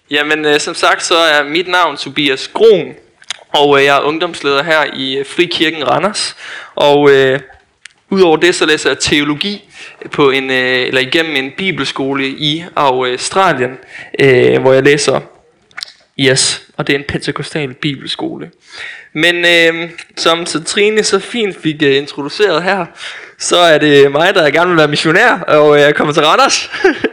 Jamen, som sagt, så er mit navn Tobias Groen, og jeg er ungdomsleder her i Frikirken Randers. Og udover det, så læser jeg teologi på igennem en bibelskole i Australien, hvor jeg læser og det er en pentekostal bibelskole. Men som Trine så fint fik introduceret her, så er det mig, der gerne vil være missionær, og jeg kommer til Randers.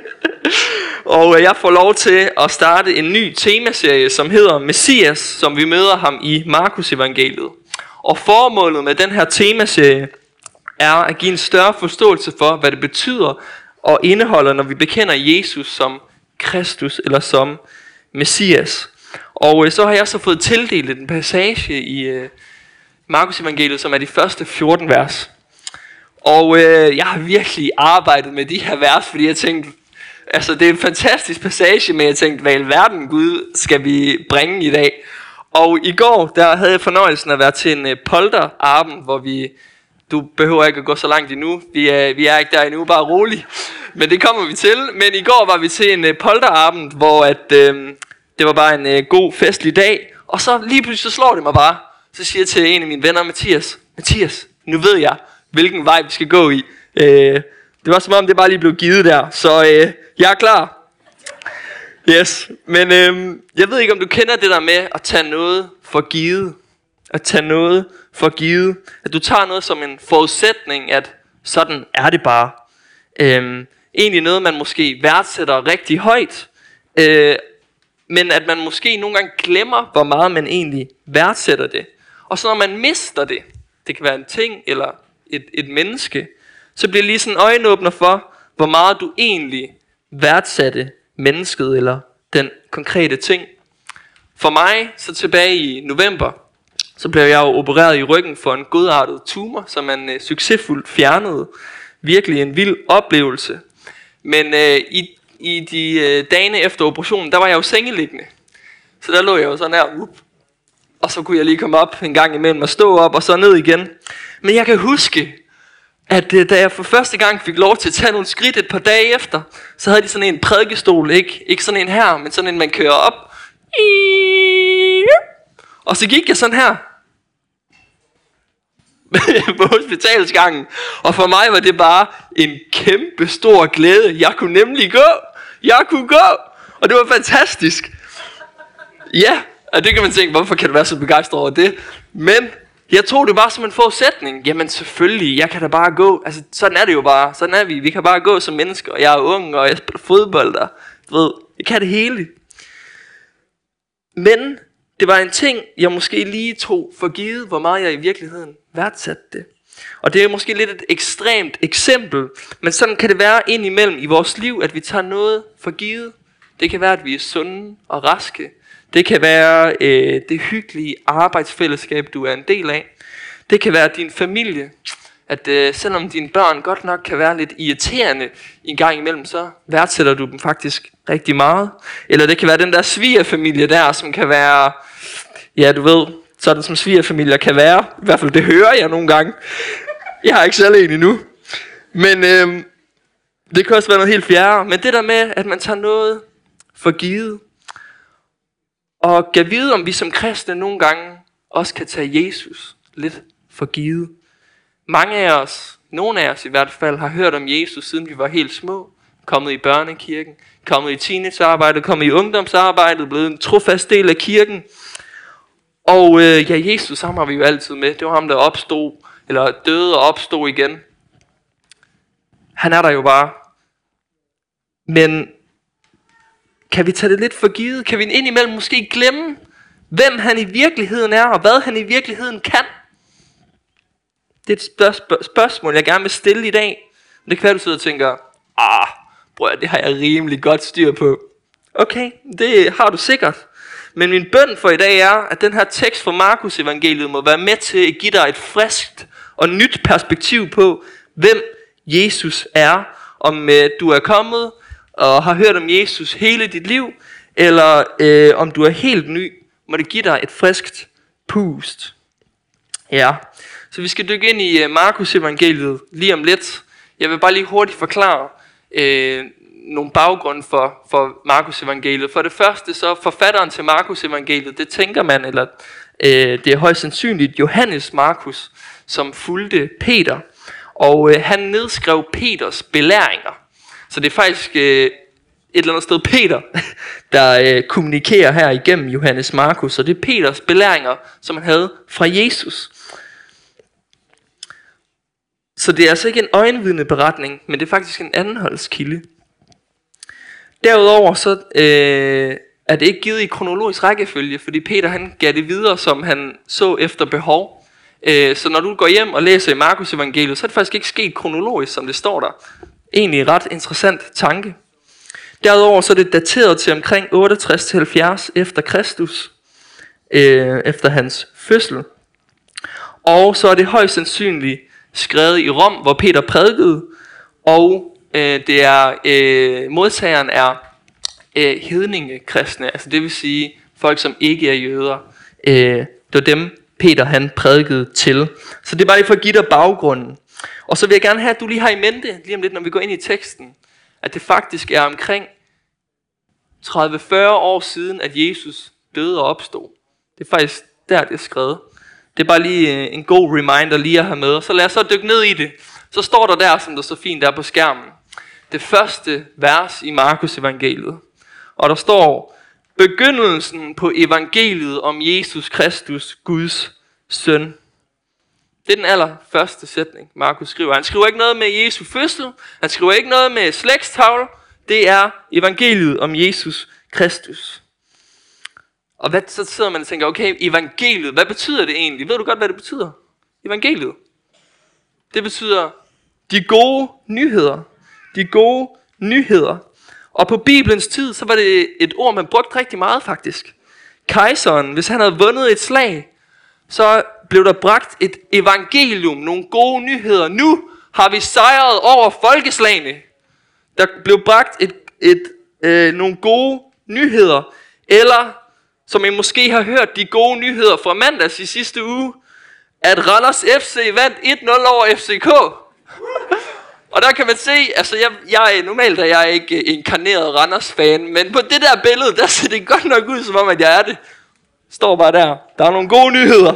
Og jeg får lov til at starte en ny temaserie, som hedder Messias, som vi møder ham i Markus evangeliet. Og formålet med den her temaserie er at give en større forståelse for, hvad det betyder og indeholder, når vi bekender Jesus som Kristus eller som Messias. Og så har jeg så fået tildelt en passage i Markus evangeliet, som er de første 14 vers. Og jeg har virkelig arbejdet med de her vers, fordi jeg tænkte, altså det er en fantastisk passage, men jeg tænkte, hvad i alverden Gud skal vi bringe i dag? Og i går, der havde jeg fornøjelsen at være til en polterabend, hvor du behøver ikke at gå så langt endnu, vi er ikke der endnu, bare rolig. Men det kommer vi til. Men i går var vi til en polterabend, hvor det var bare en god festlig dag. Og så lige pludselig så slår det mig bare. Så siger jeg til en af mine venner, Mathias, nu ved jeg, hvilken vej vi skal gå i. Det var som om det bare lige blev givet der. Så jeg er klar. Yes. Men jeg ved ikke om du kender det der med at tage noget for givet. At tage noget for givet. At du tager noget som en forudsætning, at sådan er det bare. Egentlig noget man måske værdsætter rigtig højt. Men at man måske nogle gange glemmer, hvor meget man egentlig værdsætter det. Og så når man mister det, det kan være en ting eller et menneske, så bliver det lige sådan en øjenåbner for, hvor meget du egentlig værdsatte mennesket eller den konkrete ting. For mig, så tilbage i november, så blev jeg jo opereret i ryggen for en godartet tumor, som man succesfuldt fjernede. Virkelig en vild oplevelse. Men i de dagene efter operationen, der var jeg jo sengeliggende. Så der lå jeg jo sådan her, og så kunne jeg lige komme op en gang imellem og stå op og så ned igen. Men jeg kan huske, at da jeg for første gang fik lov til at tage nogle skridt et par dage efter, så havde de sådan en prædikestol, ikke sådan en her, men sådan en man kører op. Og så gik jeg sådan her på hospitalsgangen, og for mig var det bare en kæmpe stor glæde. Jeg kunne nemlig gå. Jeg kunne gå. Og det var fantastisk. Ja, og det kan man tænke, hvorfor kan du være så begejstret over det? Men jeg tog det bare som en forudsætning. Jamen selvfølgelig, jeg kan da bare gå. Altså sådan er det jo bare. Sådan er vi. Vi kan bare gå som mennesker. Og jeg er ung, og jeg spiller fodbold. Og du ved, jeg kan det hele. Men det var en ting, jeg måske lige tog for givet, hvor meget jeg i virkeligheden værdsatte det. Og det er måske lidt et ekstremt eksempel, men sådan kan det være indimellem i vores liv, at vi tager noget for givet. Det kan være, at vi er sunde og raske. Det kan være det hyggelige arbejdsfællesskab, du er en del af. Det kan være din familie. At selvom dine børn godt nok kan være lidt irriterende en gang imellem, så værdsætter du dem faktisk rigtig meget. Eller det kan være den der svigerfamilie der, som kan være, ja du ved, sådan som svigerfamilier kan være. I hvert fald det hører jeg nogle gange. Jeg har ikke selv en endnu. Men det kan også være noget helt fjerde. Men det der med, at man tager noget for givet. Og kan vide, om vi som kristne nogle gange også kan tage Jesus lidt for givet. Mange af os, nogle af os i hvert fald, har hørt om Jesus, siden vi var helt små. Kommet i børnekirken, kommet i teenagearbejdet, kommet i ungdomsarbejdet, blevet en trofast del af kirken. Og Jesus, ham har vi jo altid med. Det var ham, der opstod, eller døde og opstod igen. Han er der jo bare. Men kan vi tage det lidt for givet? Kan vi indimellem måske glemme, hvem han i virkeligheden er, og hvad han i virkeligheden kan? Det er et spørgsmål, jeg gerne vil stille i dag. Det kan være, du sidder og tænker, bror, det har jeg rimelig godt styr på. Okay, det har du sikkert. Men min bøn for i dag er, at den her tekst fra Markus evangeliet må være med til at give dig et friskt og nyt perspektiv på, hvem Jesus er. Om du er kommet og har hørt om Jesus hele dit liv, eller om du er helt ny, må det give dig et friskt pust. Ja, så vi skal dykke ind i Markus evangeliet lige om lidt. Jeg vil bare lige hurtigt forklare nogle baggrund for Markus evangeliet. For det første så forfatteren til Markus evangeliet, det tænker man, eller det er højst sandsynligt Johannes Markus, som fulgte Peter. Og han nedskrev Peters belæringer. Så det er faktisk et eller andet sted Peter, der kommunikerer her igennem Johannes Markus. Og det er Peters belæringer, som han havde fra Jesus. Så det er altså ikke en øjenvidneberetning, men det er faktisk en anholdskilde. Derudover så er det ikke givet i kronologisk rækkefølge, fordi Peter han gav det videre, som han så efter behov. Så når du går hjem og læser i Markus evangeliet, så er det faktisk ikke sket kronologisk, som det står der. Egentlig en ret interessant tanke. Derudover så er det dateret til omkring 68-70 efter Kristus, efter hans fødsel. Og så er det højst sandsynligt skrevet i Rom, hvor Peter prædikede, og det er modtageren er hedningekristne, altså det vil sige folk som ikke er jøder. Det var dem Peter han prædikede til. Så det er bare lige for at give dig baggrunden. Og så vil jeg gerne have at du lige har i mente lige om lidt, når vi går ind i teksten, at det faktisk er omkring 30-40 år siden at Jesus døde og opstod. Det er faktisk der det er skrevet. Det er bare lige en god reminder lige at have med. Så lad os så dykke ned i det. Så står der, som der så fint er på skærmen, det første vers i Markus evangeliet. Og der står, begyndelsen på evangeliet om Jesus Kristus, Guds søn. Det er den allerførste sætning, Markus skriver. Han skriver ikke noget med Jesu fødsel. Han skriver ikke noget med slægtstavle. Det er evangeliet om Jesus Kristus. Og så sidder man og tænker, okay, evangeliet, hvad betyder det egentlig? Ved du godt, hvad det betyder? Evangeliet. Det betyder de gode nyheder. De gode nyheder. Og på Bibelens tid, så var det et ord, man brugte rigtig meget faktisk. Kejseren, hvis han havde vundet et slag, så blev der bragt et evangelium, nogle gode nyheder. Nu har vi sejret over folkeslagene. Der blev bragt nogle gode nyheder. Eller, som I måske har hørt, de gode nyheder fra mandags i sidste uge, at Randers FC vandt 1-0 over FCK. Og der kan man se, altså jeg normalt er jeg ikke inkarneret Randers-fan, men på det der billede, der ser det godt nok ud, som om at jeg er det. Står bare der. Der er nogle gode nyheder.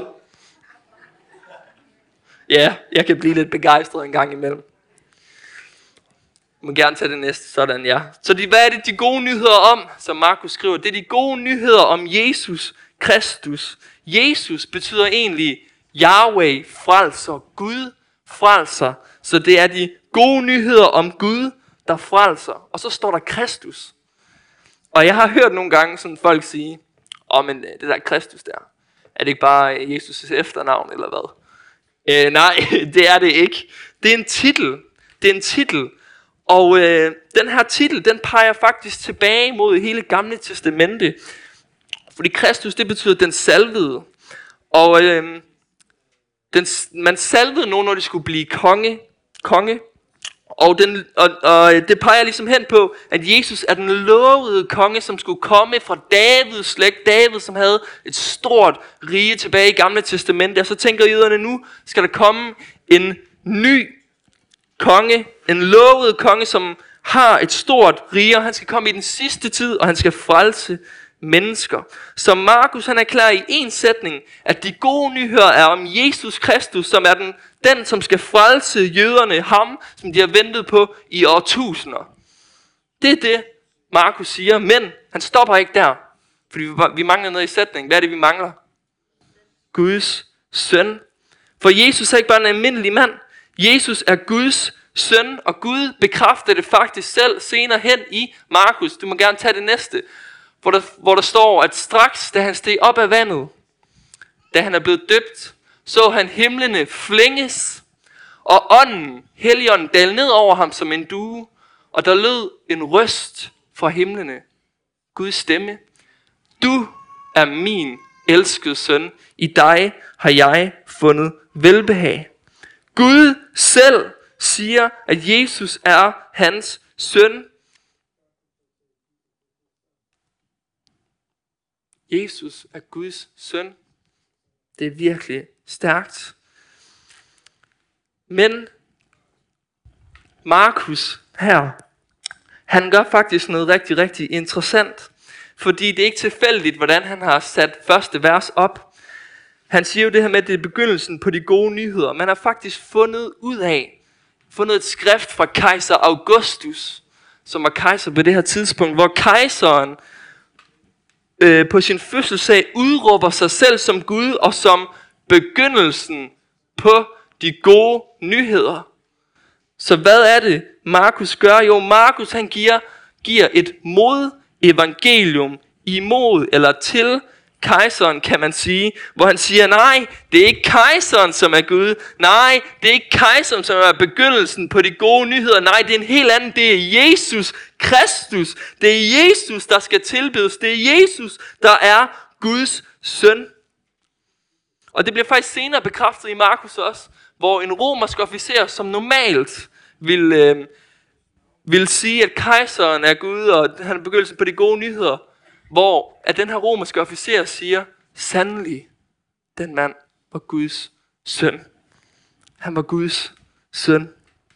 Ja, jeg kan blive lidt begejstret en gang imellem. Jeg må gerne tage det næste, sådan ja. Så hvad er det de gode nyheder om, som Markus skriver? Det er de gode nyheder om Jesus Kristus. Jesus betyder egentlig Yahweh frelser, Gud frelser. Så det er de gode nyheder om Gud, der frelser. Og så står der Kristus. Og jeg har hørt nogle gange sådan folk sige, men det der Kristus der, er det ikke bare Jesus' efternavn eller hvad? Nej, det er det ikke. Det er en titel. Det er en titel. Og den her titel, den peger faktisk tilbage mod hele Gamle Testamente. Fordi Kristus, det betyder den salvede. Og man salvede nogen, når de skulle blive konge. Og det peger ligesom hen på, at Jesus er den lovede konge, som skulle komme fra Davids slægt. David, som havde et stort rige tilbage i Gamle Testamente. Og så tænker jøderne, nu skal der komme en ny konge, en lovet konge, som har et stort rige, og han skal komme i den sidste tid, og han skal frelse mennesker. Så Markus han erklærer i en sætning, at de gode nyheder er om Jesus Kristus, som er den som skal frelse jøderne, ham, som de har ventet på i årtusinder. Det er det, Markus siger, men han stopper ikke der, fordi vi mangler noget i sætningen. Hvad er det, vi mangler? Guds søn. For Jesus er ikke bare en almindelig mand. Jesus er Guds søn, og Gud bekræfter det faktisk selv senere hen i Markus. Du må gerne tage det næste, hvor der står, at straks da han steg op af vandet, da han er blevet døbt, så han himlene flænges, og ånden, Helligånden, dal ned over ham som en due, og der lød en røst fra himlene. Guds stemme. Du er min elskede søn, i dig har jeg fundet velbehag. Gud selv siger, at Jesus er hans søn. Jesus er Guds søn. Det er virkelig stærkt. Men Markus her, Han gør faktisk noget rigtig, rigtig interessant. Fordi det er ikke tilfældigt, hvordan han har sat første vers op. Han siger jo det her med, at det er begyndelsen på de gode nyheder. Man har faktisk fundet et skrift fra kejser Augustus, som var kejser på det her tidspunkt, hvor kejseren på sin fødselsdag udråber sig selv som Gud og som begyndelsen på de gode nyheder. Så hvad er det, Markus gør? Jo, Markus han giver et modevangelium imod eller til kejseren, kan man sige, hvor han siger, nej, det er ikke kejseren, som er Gud. Nej, det er ikke kejseren, som er begyndelsen på de gode nyheder. Nej, det er en helt anden. Det er Jesus Kristus. Det er Jesus, der skal tilbedes. Det er Jesus, der er Guds søn. Og det bliver faktisk senere bekræftet i Markus også, hvor en romersk officer, som normalt vil sige, at kejseren er Gud, og han er begyndelsen på de gode nyheder, hvor at den her romerske officer siger, sandelig, den mand var Guds søn. Han var Guds søn.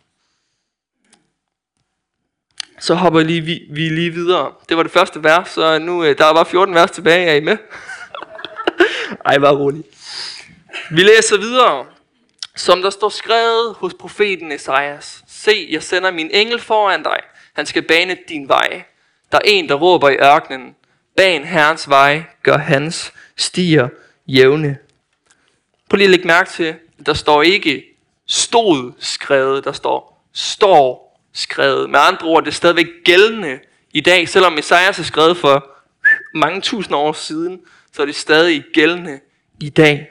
Så hopper vi lige videre. Det var det første vers, så nu der var 14 vers tilbage. Er I med? Ej, bare rolig. Vi læser videre. Som der står skrevet hos profeten Esajas. Se, jeg sender min engel foran dig. Han skal bane din vej. Der er en, der råber i ørkenen. Ban Herrens vej, gør hans stier jævne. Prøv lige at lægge mærke til, der står ikke stod skrevet, der står skrevet. Med andre ord, det er stadigvæk gældende i dag. Selvom Esajas er skrevet for mange tusind år siden, så er det stadig gældende i dag.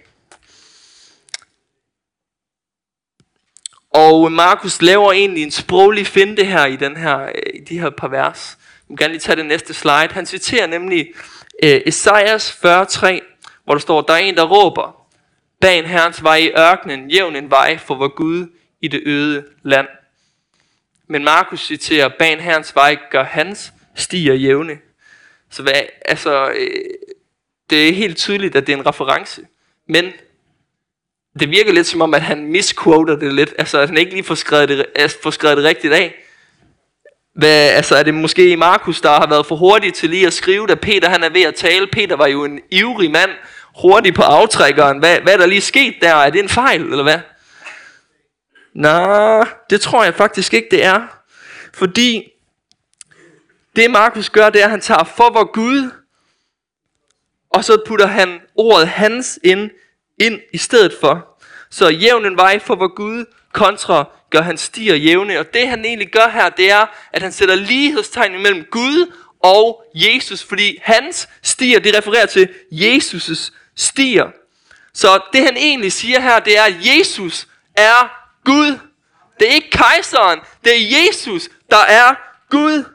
Og Markus laver egentlig en sproglig finte her i de her par vers. Jeg vil gerne lige tage det næste slide. Han citerer nemlig Esajas 43, hvor der står, der er en, der råber, ban Herrens vej i ørkenen, jævn en vej for vor Gud i det øde land. Men Markus citerer, ban Herrens vej, gør hans stier jævne. Så det er helt tydeligt, at det er en reference. Men det virker lidt som om, at han misquoter det lidt. Altså, at han ikke lige får skrevet det rigtigt af. Er det måske Markus, der har været for hurtig til lige at skrive, da Peter han er ved at tale? Peter var jo en ivrig mand, hurtig på aftrækkeren. Hvad er der lige sket der? Er det en fejl, eller hvad? Nej, det tror jeg faktisk ikke, det er. Fordi det Markus gør, det er, at han tager for vor Gud, og så putter han ordet hans ind i stedet for. Så jævn en vej for vor Gud, kontra gør han stier jævne. Og det han egentlig gør her, det er, at han sætter lighedstegn mellem Gud og Jesus. Fordi hans stier, det refererer til Jesus' stier. Så det han egentlig siger her, det er, at Jesus er Gud. Det er ikke kejseren, det er Jesus, der er Gud.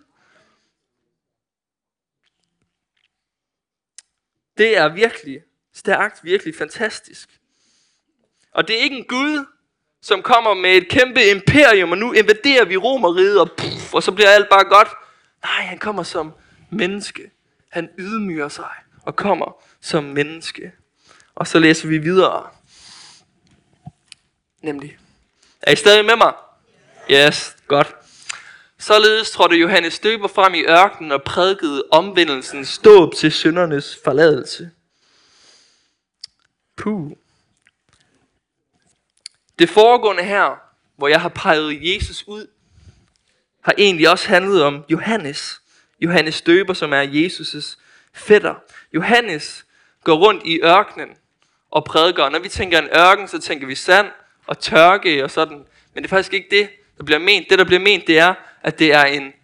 Det er virkelig stærkt, virkelig fantastisk. Og det er ikke en Gud, som kommer med et kæmpe imperium, og nu invaderer vi Romerriget, og så bliver alt bare godt. Nej, han kommer som menneske. Han ydmyger sig og kommer som menneske. Og så læser vi videre. Nemlig. Er I stadig med mig? Yes, godt. Således trådte Johannes Døber frem i ørkenen og prædikede omvendelsens dåb til syndernes forladelse. Puh. Det foregående her, hvor jeg har peget Jesus ud, har egentlig også handlet om Johannes. Johannes Døber, som er Jesus' fætter. Johannes går rundt i ørkenen og prædiker. Og når vi tænker en ørken, så tænker vi sand og tørke og sådan. Men det er faktisk ikke det, der bliver ment. Det, der bliver ment, det er, at det er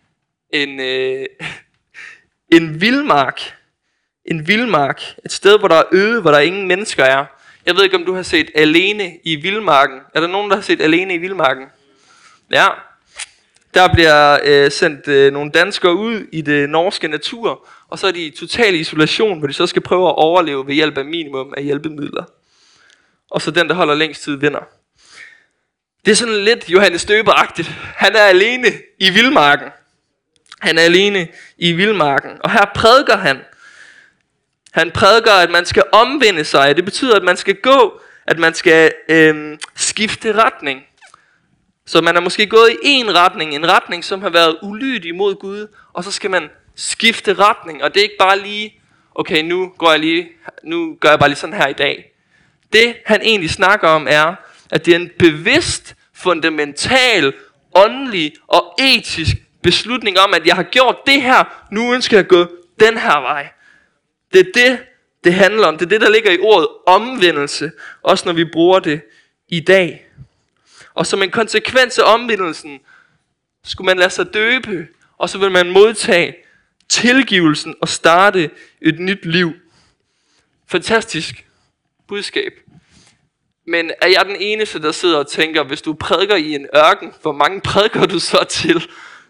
en vildmark. En vildmark. Et sted, hvor der er øde, hvor der ingen mennesker er. Jeg ved ikke, om du har set Alene i vildmarken. Er der nogen, der har set Alene i vildmarken? Ja. Der bliver sendt nogle danskere ud i det norske natur, og så er de i total isolation, hvor de så skal prøve at overleve ved hjælp af minimum af hjælpemidler. Og så den, der holder længst tid, vinder. Det er sådan lidt Johannes Døber-agtigt. Han er alene i vildmarken. Han er alene i vildmarken. Og her prædiker han. Han prædiker, at man skal omvende sig. Det betyder, at man skal gå, at man skal skifte retning. Så man er måske gået i en retning, som har været ulydig mod Gud, og så skal man skifte retning, og det er ikke bare lige, okay, nu gør jeg bare lige sådan her i dag. Det han egentlig snakker om er, at det er en bevidst, fundamental, åndelig og etisk beslutning om, at jeg har gjort det her, nu ønsker jeg at gå den her vej. Det er det handler om. Det er det, der ligger i ordet omvendelse, også når vi bruger det i dag. Og som en konsekvens af omvendelsen, skulle man lade sig døbe, og så vil man modtage tilgivelsen og starte et nyt liv. Fantastisk budskab. Men er jeg den eneste, der sidder og tænker, hvis du prædiker i en ørken, hvor mange prædiker du så til?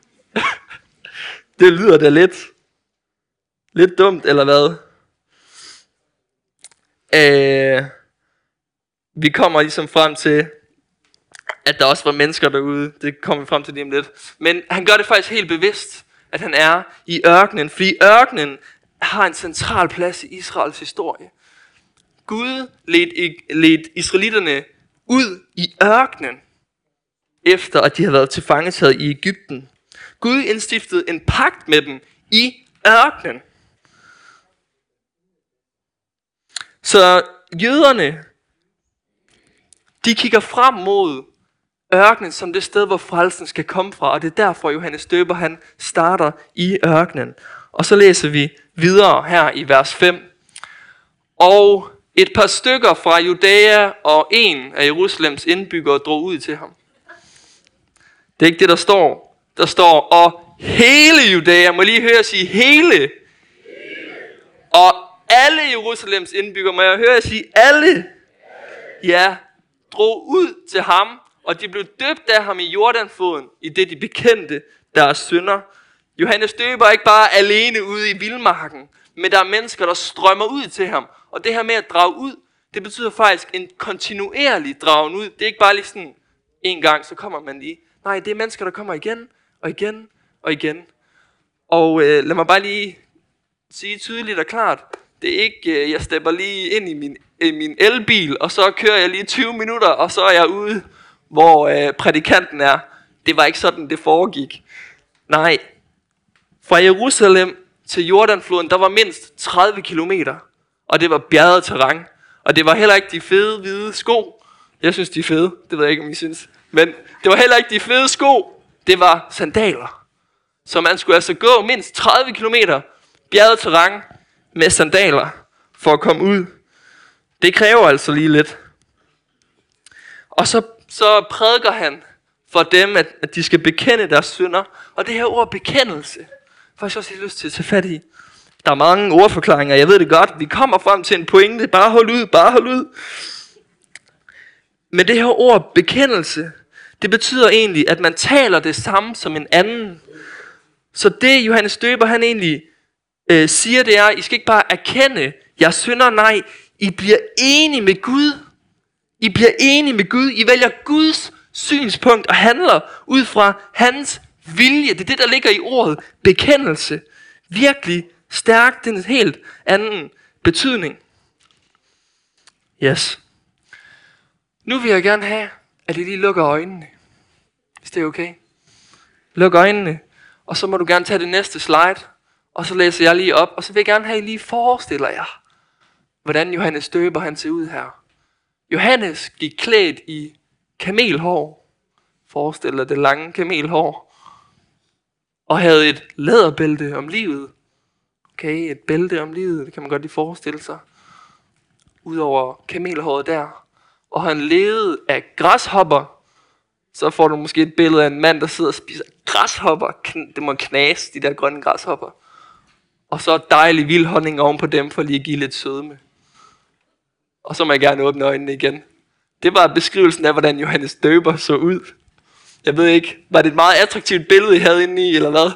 Det lyder da lidt dumt, eller hvad? Vi kommer ligesom frem til, at der også var mennesker derude. Det kommer vi frem til lige om lidt. Men han gør det faktisk helt bevidst, at han er i ørkenen. Fordi ørkenen har en central plads i Israels historie. Gud ledte israelitterne ud i ørkenen, efter at de havde været tilfangetaget i Egypten. Gud indstiftede en pagt med dem i ørkenen. Så jøderne, de kigger frem mod ørkenen som det sted, hvor frelsen skal komme fra. Og det er derfor, Johannes Døber, han starter i ørkenen. Og så læser vi videre her i vers 5. Og et par stykker fra Judæa og en af Jerusalems indbyggere drog ud til ham. Det er ikke det, der står. Der står, og hele Judæa, må lige høre sige hele. Og alle Jerusalems indbyggere, må jeg høre sige alle. Ja, drog ud til ham, og de blev døbt af ham i Jordanfloden, i det de bekendte deres synder. Johannes Døber er ikke bare alene ude i vildmarken, men der er mennesker, der strømmer ud til ham. Og det her med at drage ud, det betyder faktisk en kontinuerlig dragen ud. Det er ikke bare lige sådan en gang, så kommer man lige. Nej, det er mennesker, der kommer igen og igen og igen. Og lad mig bare lige sige tydeligt og klart. Det er ikke, jeg stepper lige ind i min elbil, og så kører jeg lige 20 minutter, og så er jeg ude, hvor prædikanten er. Det var ikke sådan, det foregik. Nej, fra Jerusalem til Jordanfloden, der var mindst 30 kilometer. Og det var bjerget terræn. Og det var heller ikke de fede hvide sko. Jeg synes, de er fede. Det ved jeg ikke, om I synes. Men det var heller ikke de fede sko. Det var sandaler. Så man skulle altså gå mindst 30 kilometer bjerget terræn med sandaler for at komme ud. Det kræver altså lige lidt. Og så prædiker han for dem, at de skal bekende deres synder. Og det her ord bekendelse, faktisk også lyst til at tage fat i. Der er mange ordforklaringer, jeg ved det godt. Vi kommer frem til en pointe. Bare hold ud. Men det her ord bekendelse, det betyder egentlig, at man taler det samme som en anden. Så det Johannes Døber, han egentlig siger, det er, I skal ikke bare erkende jeres synder, nej, I bliver enige med Gud. I bliver enige med Gud. I vælger Guds synspunkt og handler ud fra hans vilje. Det er det, der ligger i ordet bekendelse. Virkelig stærkt. Det er en helt anden betydning. Yes. Nu vil jeg gerne have, at I lige lukker øjnene. Hvis det er okay. Luk øjnene. Og så må du gerne tage det næste slide. Og så læser jeg lige op. Og så vil jeg gerne have, at I lige forestiller jer, hvordan Johannes Døber han ser ud her. Johannes gik klædt i kamelhår. Forestil dig det lange kamelhår. Og havde et læderbælte om livet. Okay, et bælte om livet, det kan man godt lige forestille sig. Udover kamelhåret der. Og han levede af græshopper. Så får du måske et billede af en mand, der sidder og spiser græshopper. Det må knase, de der grønne græshopper. Og så dejlig vild honning oven på dem, for lige at give lidt sødme. Og så må jeg gerne åbne øjnene igen. Det var beskrivelsen af, hvordan Johannes Døber så ud. Jeg ved ikke, var det et meget attraktivt billede, I havde inde i, eller hvad?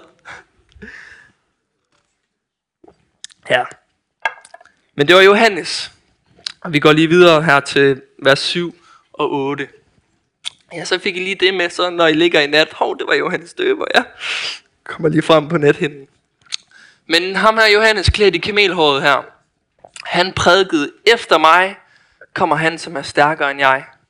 Ja. Men det var Johannes. Og vi går lige videre her til vers 7 og 8. Ja, så fik I lige det med, så når I ligger i nat. Det var Johannes Døber, ja. Kommer lige frem på nethinden. Men ham her Johannes klædt i kamelhåret her. Han prædikede, efter mig kommer han, som er stærkere end jeg.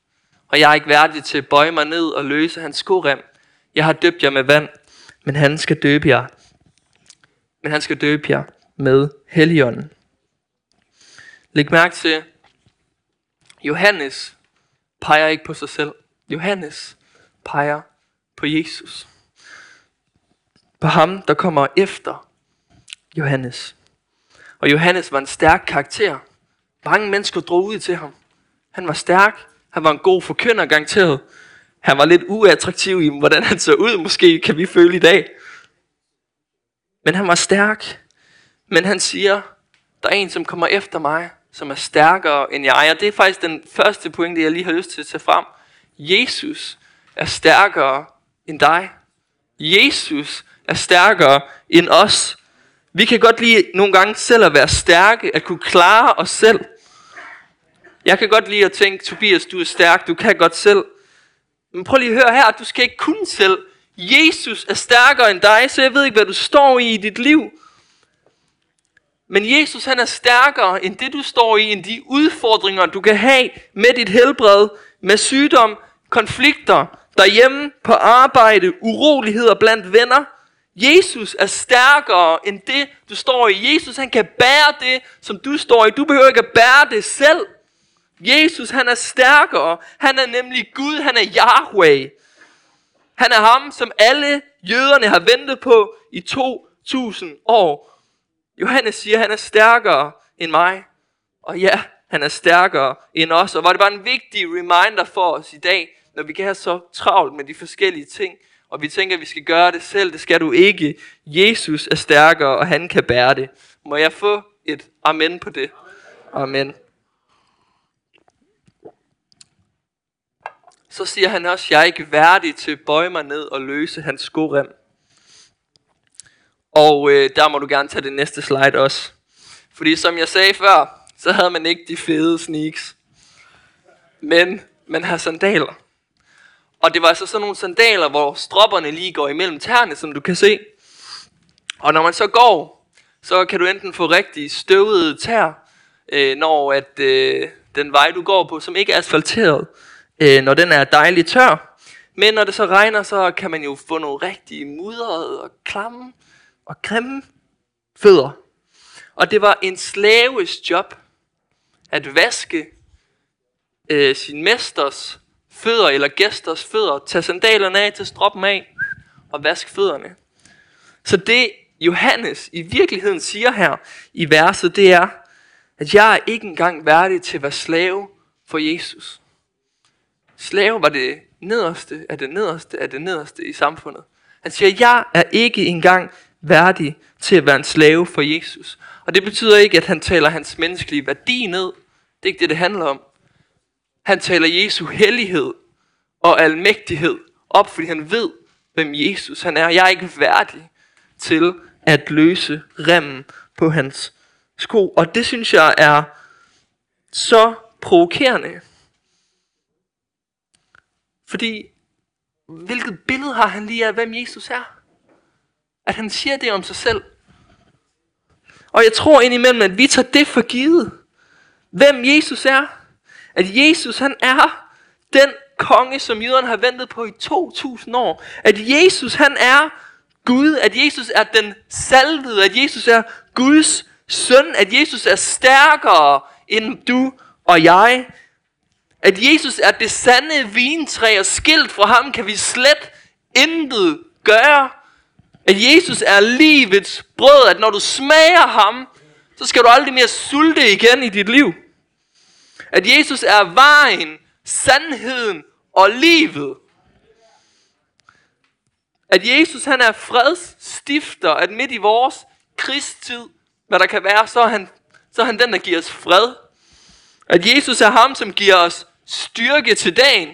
og jeg er ikke værdig til at bøje mig ned og løse hans skorem. Jeg har døbt jer med vand, men han skal døbe jer. Men han skal døbe jer med Helligånden. Læg mærke til, Johannes peger ikke på sig selv. Johannes peger på Jesus. På ham, der kommer efter Johannes. Og Johannes var en stærk karakter. Mange mennesker drog ud til ham. Han var stærk. Han var en god forkynder, garanteret. Han var lidt uattraktiv i, hvordan han så ud, måske kan vi føle i dag. Men han var stærk. Men han siger, der er en, som kommer efter mig, som er stærkere end jeg. Og det er faktisk den første pointe, jeg lige har lyst til at tage frem. Jesus er stærkere end dig. Jesus er stærkere end os. Vi kan godt lide nogle gange selv at være stærke, at kunne klare os selv. Jeg kan godt lide at tænke, Tobias, du er stærk, du kan godt selv. Men prøv lige at høre her, du skal ikke kunne selv. Jesus er stærkere end dig, så jeg ved ikke, hvad du står i dit liv. Men Jesus, han er stærkere end det, du står i, end de udfordringer, du kan have med dit helbred, med sygdom, konflikter, derhjemme, på arbejde, uroligheder blandt venner. Jesus er stærkere end det, du står i. Jesus, han kan bære det, som du står i. Du behøver ikke at bære det selv. Jesus, han er stærkere. Han er nemlig Gud, han er Yahweh. Han er ham, som alle jøderne har ventet på i 2000 år. Johannes siger, han er stærkere end mig. Og ja, han er stærkere end os. Og var det bare en vigtig reminder for os i dag, når vi kan have så travlt med de forskellige ting, og vi tænker, at vi skal gøre det selv. Det skal du ikke. Jesus er stærkere, og han kan bære det. Må jeg få et amen på det? Amen. Så siger han også, jeg er ikke værdig til at bøje mig ned og løse hans skorem. Og der må du gerne tage det næste slide også. Fordi som jeg sagde før, så havde man ikke de fede sneaks. Men man har sandaler. Og det var altså sådan nogle sandaler, hvor stropperne lige går imellem tæerne, som du kan se. Og når man så går, så kan du enten få rigtig støvede tær, når at den vej du går på, som ikke er asfalteret, når den er dejligt tør. Men når det så regner, så kan man jo få nogle rigtig mudrede og klamme og grimme fødder. Og det var en slaves job at vaske sin mesters fødder eller gæsters fødder, tage sandalerne af, tage stroppen af og vaske fødderne. Så det Johannes i virkeligheden siger her i verset, det er, at jeg er ikke engang værdig til at være slave for Jesus. Slave var det nederste af det nederste af det nederste i samfundet. Han siger, jeg er ikke engang værdig til at være en slave for Jesus. Og det betyder ikke, at han taler hans menneskelige værdi ned. Det er ikke det, det handler om. Han taler Jesu hellighed og almægtighed op, fordi han ved, hvem Jesus han er. Jeg er ikke værdig til at løse remmen på hans sko. Og det synes jeg er så provokerende. Fordi, hvilket billede har han lige af, hvem Jesus er? At han siger det om sig selv. Og jeg tror indimellem, at vi tager det for givet. Hvem Jesus er. At Jesus, han er den konge, som jøderne har ventet på i 2000 år. At Jesus, han er Gud. At Jesus er den salvede. At Jesus er Guds søn. At Jesus er stærkere end du og jeg. At Jesus er det sande vintræ, og skilt fra ham kan vi slet intet gøre. At Jesus er livets brød, at når du smager ham, så skal du aldrig mere sulte igen i dit liv. At Jesus er vejen, sandheden og livet. At Jesus, han er fredsstifter, at midt i vores krigstid, hvad der kan være, så er han den, der giver os fred. At Jesus er ham, som giver os styrke til dagen.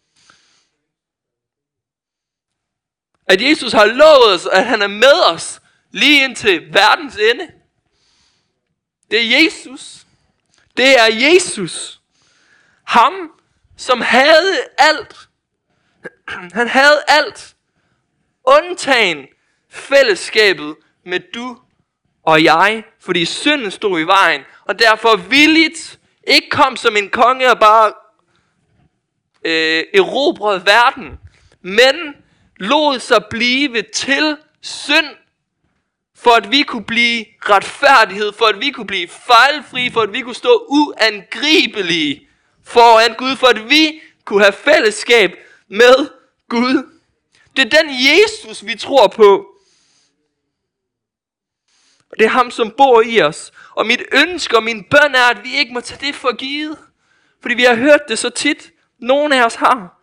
At Jesus har lovet os, at han er med os lige indtil verdens ende. Det er Jesus. Det er Jesus. Ham, som havde alt. Han havde alt. Undtagen fællesskabet med du og jeg. Fordi synden stod i vejen. Og derfor villigt ikke kom som en konge og bare erobrede verden, men lod sig blive til synd, for at vi kunne blive retfærdighed, for at vi kunne blive fejlfri, for at vi kunne stå uangribelige foran Gud, for at vi kunne have fællesskab med Gud. Det er den Jesus, vi tror på. Det er ham, som bor i os. Og mit ønske og min bøn er, at vi ikke må tage det for givet. Fordi vi har hørt det så tit. Nogle af os har.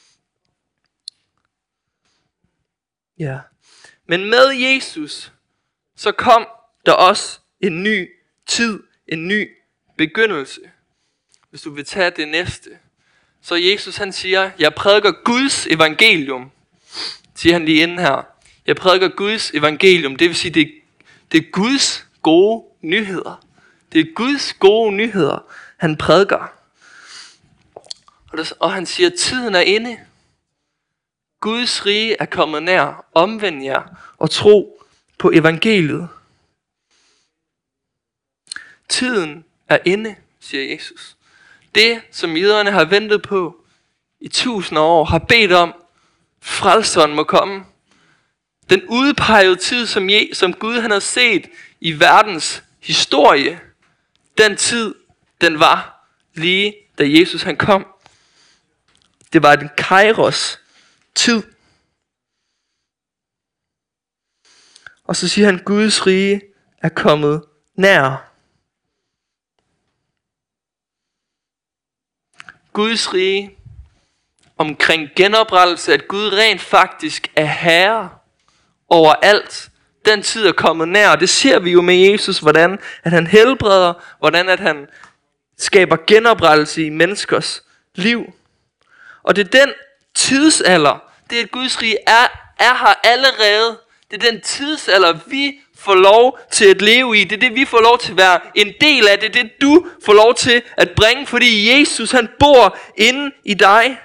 Ja. Men med Jesus, så kom der også en ny tid, en ny begyndelse. Hvis du vil tage det næste. Så Jesus han siger, jeg prædiker Guds evangelium. Siger han lige inden her. Jeg prædiker Guds evangelium. Det vil sige, det er Guds gode nyheder. Det er Guds gode nyheder, han prædiker. Og han siger, tiden er inde. Guds rige er kommet nær. Omvend jer og tro på evangeliet. Tiden er inde, siger Jesus. Det, som jøderne har ventet på i 1000 år, har bedt om, frelseren må komme. Den udpegede tid, som Gud han har set i verdens historie, den tid, den var lige da Jesus han kom. Det var en kairos tid. Og så siger han, Guds rige er kommet nær. Guds rige omkring genoprettelse, at Gud rent faktisk er herre over alt. Den tid er kommet nær, og det ser vi jo med Jesus, hvordan at han helbreder, hvordan at han skaber genoprettelse i menneskers liv. Og det er den tidsalder, det er at Guds rige er her allerede. Det er den tidsalder, vi får lov til at leve i. Det er det, vi får lov til at være en del af. Det er det, du får lov til at bringe, fordi Jesus, han bor inde i dig.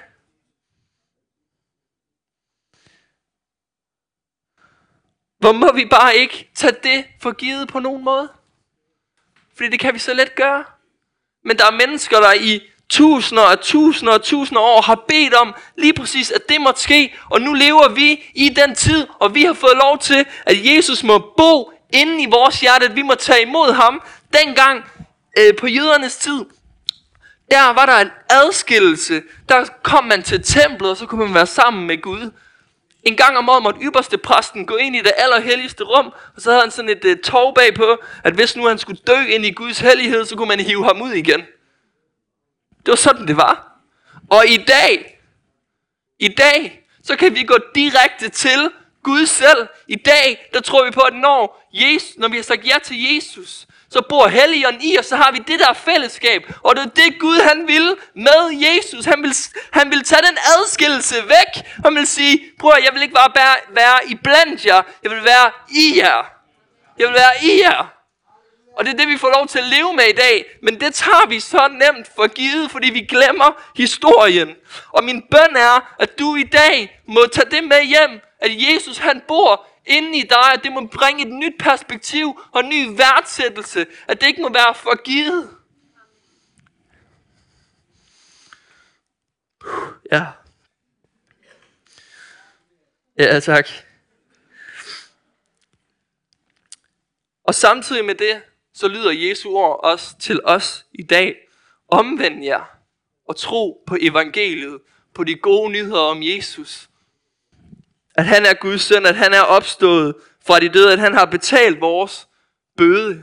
Hvor må vi bare ikke tage det for givet på nogen måde? Fordi det kan vi så let gøre. Men der er mennesker, der i tusinder år har bedt om lige præcis, at det måtte ske. Og nu lever vi i den tid, og vi har fået lov til, at Jesus må bo inde i vores hjerte, at vi må tage imod ham. Dengang på jødernes tid, der var der en adskillelse. Der kom man til templet, og så kunne man være sammen med Gud. En gang om året måtte ypperste præsten gå ind i det allerhelligste rum, og så havde han sådan et tov bagpå, at hvis nu han skulle dø ind i Guds hellighed, så kunne man hive ham ud igen. Det var sådan det var. Og i dag, så kan vi gå direkte til Gud selv. I dag, der tror vi på, at når vi har sagt ja til Jesus, så bor Helligånden i os, så har vi det der fællesskab. Og det er det Gud han ville med Jesus. Han vil tage den adskillelse væk. Han vil sige, prøv at jeg vil ikke bare være iblandt jer. Jeg vil være i jer. Jeg vil være i jer. Og det er det vi får lov til at leve med i dag. Men det tager vi så nemt for givet, fordi vi glemmer historien. Og min bøn er, at du i dag må tage det med hjem. At Jesus han bor inde i dig, at det må bringe et nyt perspektiv og en ny værdsættelse, at det ikke må være for givet. Ja, tak. Og samtidig med det, så lyder Jesu ord også til os i dag. Omvend jer og tro på evangeliet, på de gode nyheder om Jesus. At han er Guds søn, at han er opstået fra de døde, at han har betalt vores bøde.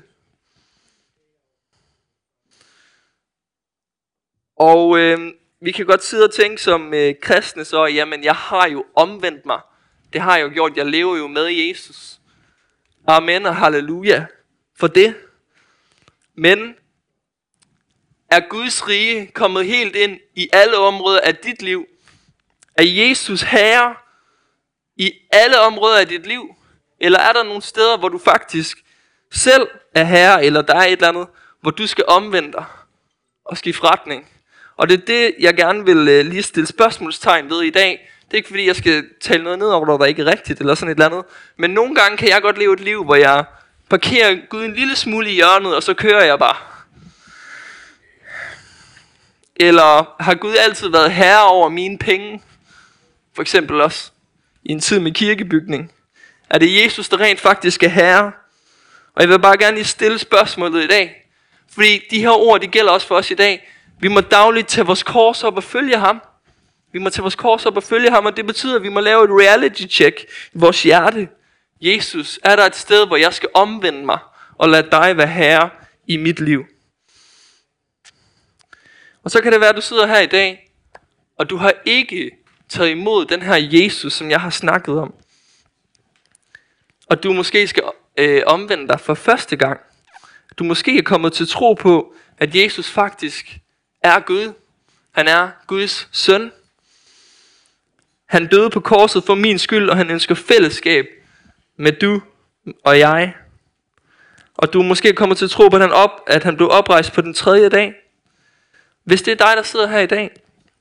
Og vi kan godt sidde og tænke som kristne så, jamen jeg har jo omvendt mig. Det har jeg jo gjort, jeg lever jo med Jesus. Amen og halleluja for det. Men er Guds rige kommet helt ind i alle områder af dit liv? Er Jesus herre i alle områder af dit liv? Eller er der nogle steder, hvor du faktisk selv er herre, eller der er et eller andet, hvor du skal omvende dig og skifte retning? Og det er det, jeg gerne vil lige stille spørgsmålstegn ved i dag. Det er ikke fordi, jeg skal tale noget ned over, der ikke er rigtigt, eller sådan et eller andet. Men nogle gange kan jeg godt leve et liv, hvor jeg parkerer Gud en lille smule i hjørnet, og så kører jeg bare. Eller har Gud altid været herre over mine penge? For eksempel også i en tid med kirkebygning. Er det Jesus, der rent faktisk er herre? Og jeg vil bare gerne lige stille spørgsmålet i dag. Fordi de her ord, de gælder også for os i dag. Vi må dagligt tage vores kors op og følge ham. Vi må tage vores kors op og følge ham, og det betyder, at vi må lave et reality check i vores hjerte. Jesus, er der et sted, hvor jeg skal omvende mig og lade dig være herre i mit liv? Og så kan det være, at du sidder her i dag, og du har ikke taget imod den her Jesus, som jeg har snakket om. Og du måske skal omvende dig for første gang. Du måske er kommet til tro på, at Jesus faktisk er Gud. Han er Guds søn. Han døde på korset for min skyld, og han ønsker fællesskab med du og jeg. Og du er måske kommet til tro på, at han blev oprejst på den 3. dag. Hvis det er dig, der sidder her i dag,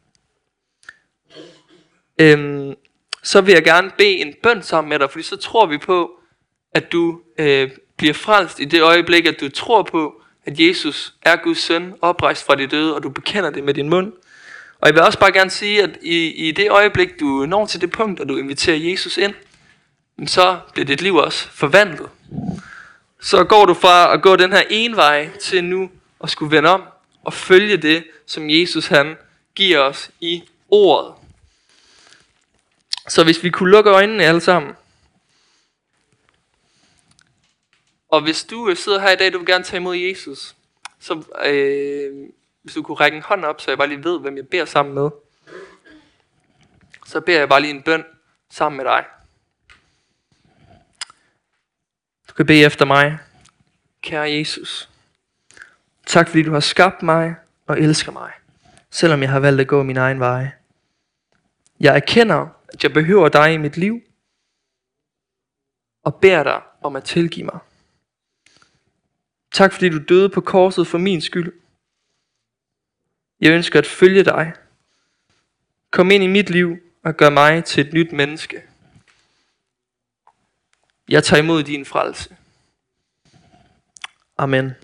så vil jeg gerne bede en bøn sammen med dig, fordi så tror vi på, at du bliver frelst i det øjeblik, at du tror på, at Jesus er Guds søn, oprejst fra de døde, og du bekender det med din mund. Og jeg vil også bare gerne sige, at i det øjeblik, du når til det punkt, og du inviterer Jesus ind, så bliver dit liv også forvandlet. Så går du fra at gå den her ene vej til nu at skulle vende om og følge det, som Jesus han giver os i ordet. Så hvis vi kunne lukke øjnene alle sammen. Og hvis du sidder her i dag, du vil gerne tage imod Jesus, så hvis du kunne række en hånd op, så jeg bare lige ved, hvem jeg beder sammen med. Så beder jeg bare lige en bøn sammen med dig. Du kan bede efter mig. Kære Jesus, tak fordi du har skabt mig og elsker mig, selvom jeg har valgt at gå min egen vej. Jeg erkender, at jeg behøver dig i mit liv, og beder dig om at tilgive mig. Tak fordi du døde på korset for min skyld. Jeg ønsker at følge dig. Kom ind i mit liv og gør mig til et nyt menneske. Jeg tager imod din frelse. Amen.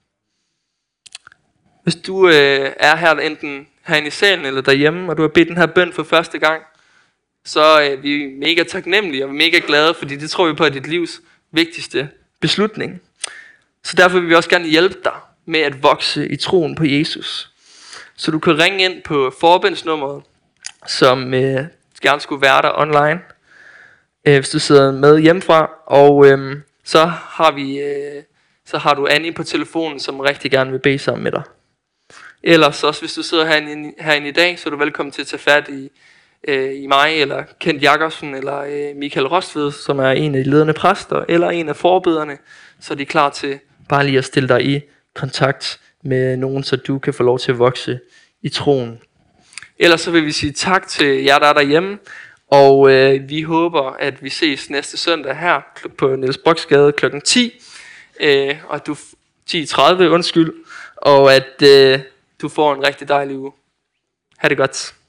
Hvis du er her enten herinde i salen eller derhjemme, og du har bedt den her bøn for første gang, så er vi mega taknemmelige og mega glade, fordi det tror vi på er dit livs vigtigste beslutning. Så derfor vil vi også gerne hjælpe dig med at vokse i troen på Jesus. Så du kan ringe ind på forbindsnummeret, som gerne skulle være der online, hvis du sidder med hjemmefra. Og så har du Annie på telefonen, som rigtig gerne vil bede sammen med dig. Ellers også, hvis du sidder herinde i dag, så er du velkommen til at tage fat i mig, eller Kent Jakobsen, eller Michael Rostved, som er en af de ledende præster, eller en af forbederne, så er de klar til bare lige at stille dig i kontakt med nogen, så du kan få lov til at vokse i troen. Ellers så vil vi sige tak til jer, der er derhjemme, og vi håber, at vi ses næste søndag her på Niels Broksgade kl. 10, og du 10:30, og at du får en rigtig dejlig uge. Ha' det godt.